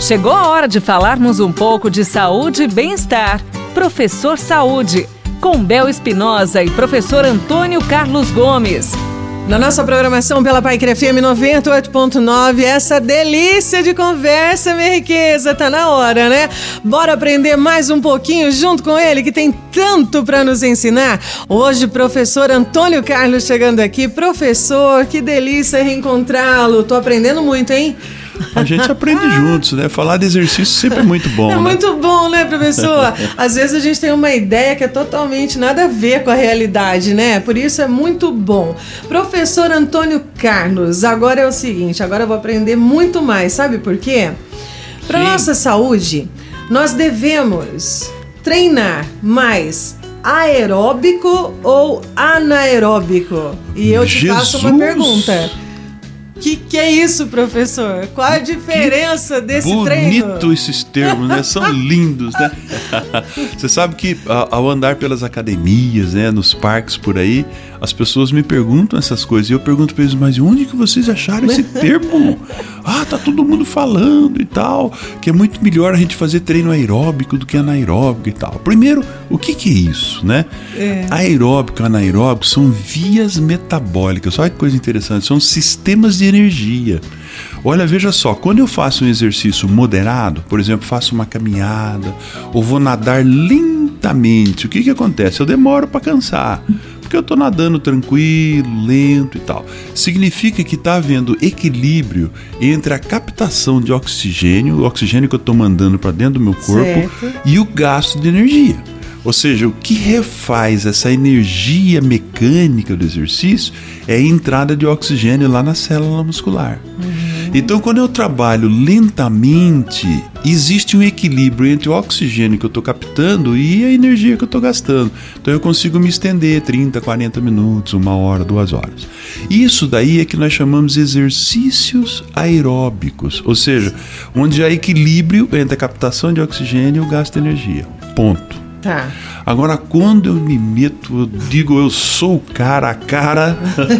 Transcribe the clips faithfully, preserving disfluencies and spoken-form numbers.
Chegou a hora de falarmos um pouco de saúde e bem-estar. Professor Saúde, com Bel Espinosa e professor Antônio Carlos Gomes. Na nossa programação pela Paiquerê F M noventa e oito ponto nove, essa delícia de conversa, minha riqueza, tá na hora, né? Bora aprender mais um pouquinho junto com ele, que tem tanto para nos ensinar. Hoje, professor Antônio Carlos chegando aqui. Professor, que delícia reencontrá-lo. Tô aprendendo muito, hein? A gente aprende juntos, né? Falar de exercício sempre é muito bom. É né? muito bom, né, professor? Às vezes a gente tem uma ideia que é totalmente nada a ver com a realidade, né? Por isso é muito bom. Professor Antônio Carlos, agora é o seguinte, agora eu vou aprender muito mais, sabe por quê? Para nossa saúde, nós devemos treinar mais aeróbico ou anaeróbico? E eu te Jesus! faço uma pergunta. Que que é isso, professor? Qual a diferença que desse bonito treino? Bonito esses termos, né? São lindos, né? Você sabe que ao andar pelas academias, né, nos parques por aí, as pessoas me perguntam essas coisas. E eu pergunto para eles, mas onde que vocês acharam esse termo? Ah, tá todo mundo falando e tal, que é muito melhor a gente fazer treino aeróbico do que anaeróbico e tal. Primeiro, o que que é isso, né? É. Aeróbico e anaeróbico são vias metabólicas. Olha que coisa interessante, são sistemas de energia. Olha, veja só, quando eu faço um exercício moderado, por exemplo, faço uma caminhada ou vou nadar lentamente, o que que acontece? Eu demoro para cansar, porque eu estou nadando tranquilo, lento e tal. Significa que está havendo equilíbrio entre a captação de oxigênio, o oxigênio que eu estou mandando para dentro do meu corpo, certo, e o gasto de energia. Ou seja, o que refaz essa energia mecânica do exercício é a entrada de oxigênio lá na célula muscular. Uhum. Então, quando eu trabalho lentamente, existe um equilíbrio entre o oxigênio que eu estou captando e a energia que eu estou gastando. Então, eu consigo me estender trinta, quarenta minutos, uma hora, duas horas. Isso daí é que nós chamamos de exercícios aeróbicos, ou seja, onde há equilíbrio entre a captação de oxigênio e o gasto de energia. Ponto. Tá. Agora, quando eu me meto, eu digo, eu sou o cara a cara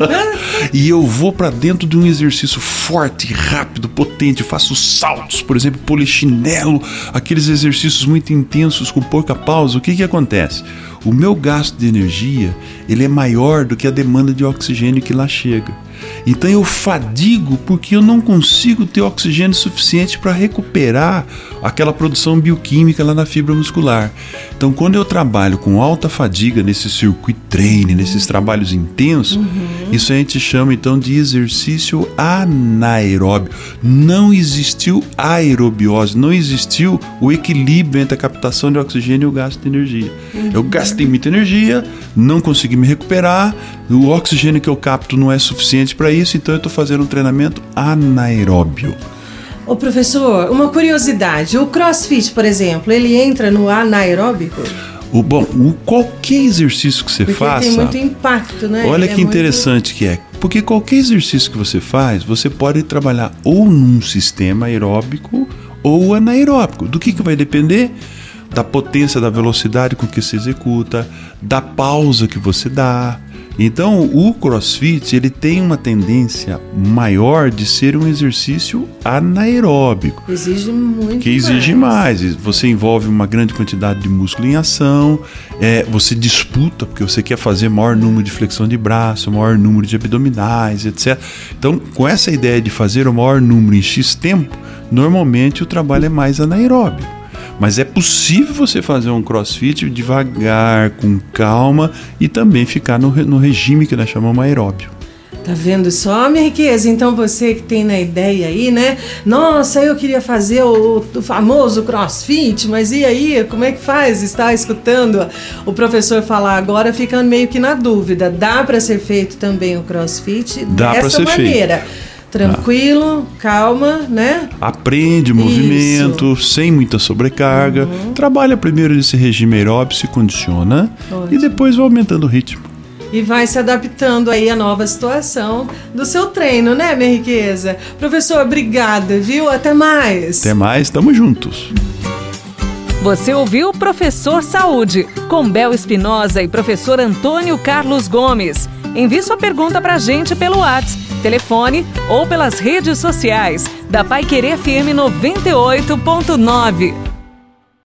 e eu vou para dentro de um exercício forte, rápido, potente, faço saltos, por exemplo, polichinelo, aqueles exercícios muito intensos com pouca pausa, o que que acontece? O meu gasto de energia, ele é maior do que a demanda de oxigênio que lá chega. Então eu fadigo porque eu não consigo ter oxigênio suficiente para recuperar aquela produção bioquímica lá na fibra muscular. Então, quando eu trabalho com alta fadiga nesse circuit training, nesses trabalhos intensos, uhum. isso a gente chama então de exercício anaeróbio. Não existiu aerobiose, não existiu o equilíbrio entre a captação de oxigênio e o gasto de energia. Uhum. Eu gastei muita energia, não consegui me recuperar, o oxigênio que eu capto não é suficiente para isso, então eu estou fazendo um treinamento anaeróbio. Ô professor, uma curiosidade, o CrossFit, por exemplo, ele entra no anaeróbico? O, bom, o, qualquer exercício que você porque faça... tem muito impacto, né? Olha ele que é interessante muito... que é. Porque qualquer exercício que você faz, você pode trabalhar ou num sistema aeróbico ou anaeróbico. Do que, que vai depender? Da potência, da velocidade com que se executa, da pausa que você dá. Então, o CrossFit, ele tem uma tendência maior de ser um exercício anaeróbico. Exige muito Que exige mais. mais. Você envolve uma grande quantidade de músculo em ação, é, você disputa, porque você quer fazer maior número de flexão de braço, maior número de abdominais, etcétera. Então, com essa ideia de fazer o maior número em X tempo, normalmente o trabalho é mais anaeróbio. Mas é possível você fazer um CrossFit devagar, com calma e também ficar no, no regime que nós chamamos aeróbio. Tá vendo só, minha riqueza? Então você que tem na ideia aí, né? Nossa, eu queria fazer o, o famoso CrossFit, mas e aí? Como é que faz? Está escutando o professor falar agora, ficando meio que na dúvida. Dá para ser feito também o CrossFit Dá dessa pra ser maneira? Feito. Tranquilo, ah. calma, né? Aprende o movimento, isso. sem muita sobrecarga. Uhum. Trabalha primeiro nesse regime aeróbico, se condiciona. Ótimo. E depois vai aumentando o ritmo. E vai se adaptando aí à nova situação do seu treino, né, minha riqueza? Professor, obrigada, viu? Até mais. Até mais, tamo juntos. Você ouviu Professor Saúde, com Bel Espinosa e professor Antônio Carlos Gomes. Envie sua pergunta pra gente pelo WhatsApp. telefone ou pelas redes sociais da Paiquerê F M noventa e oito ponto nove.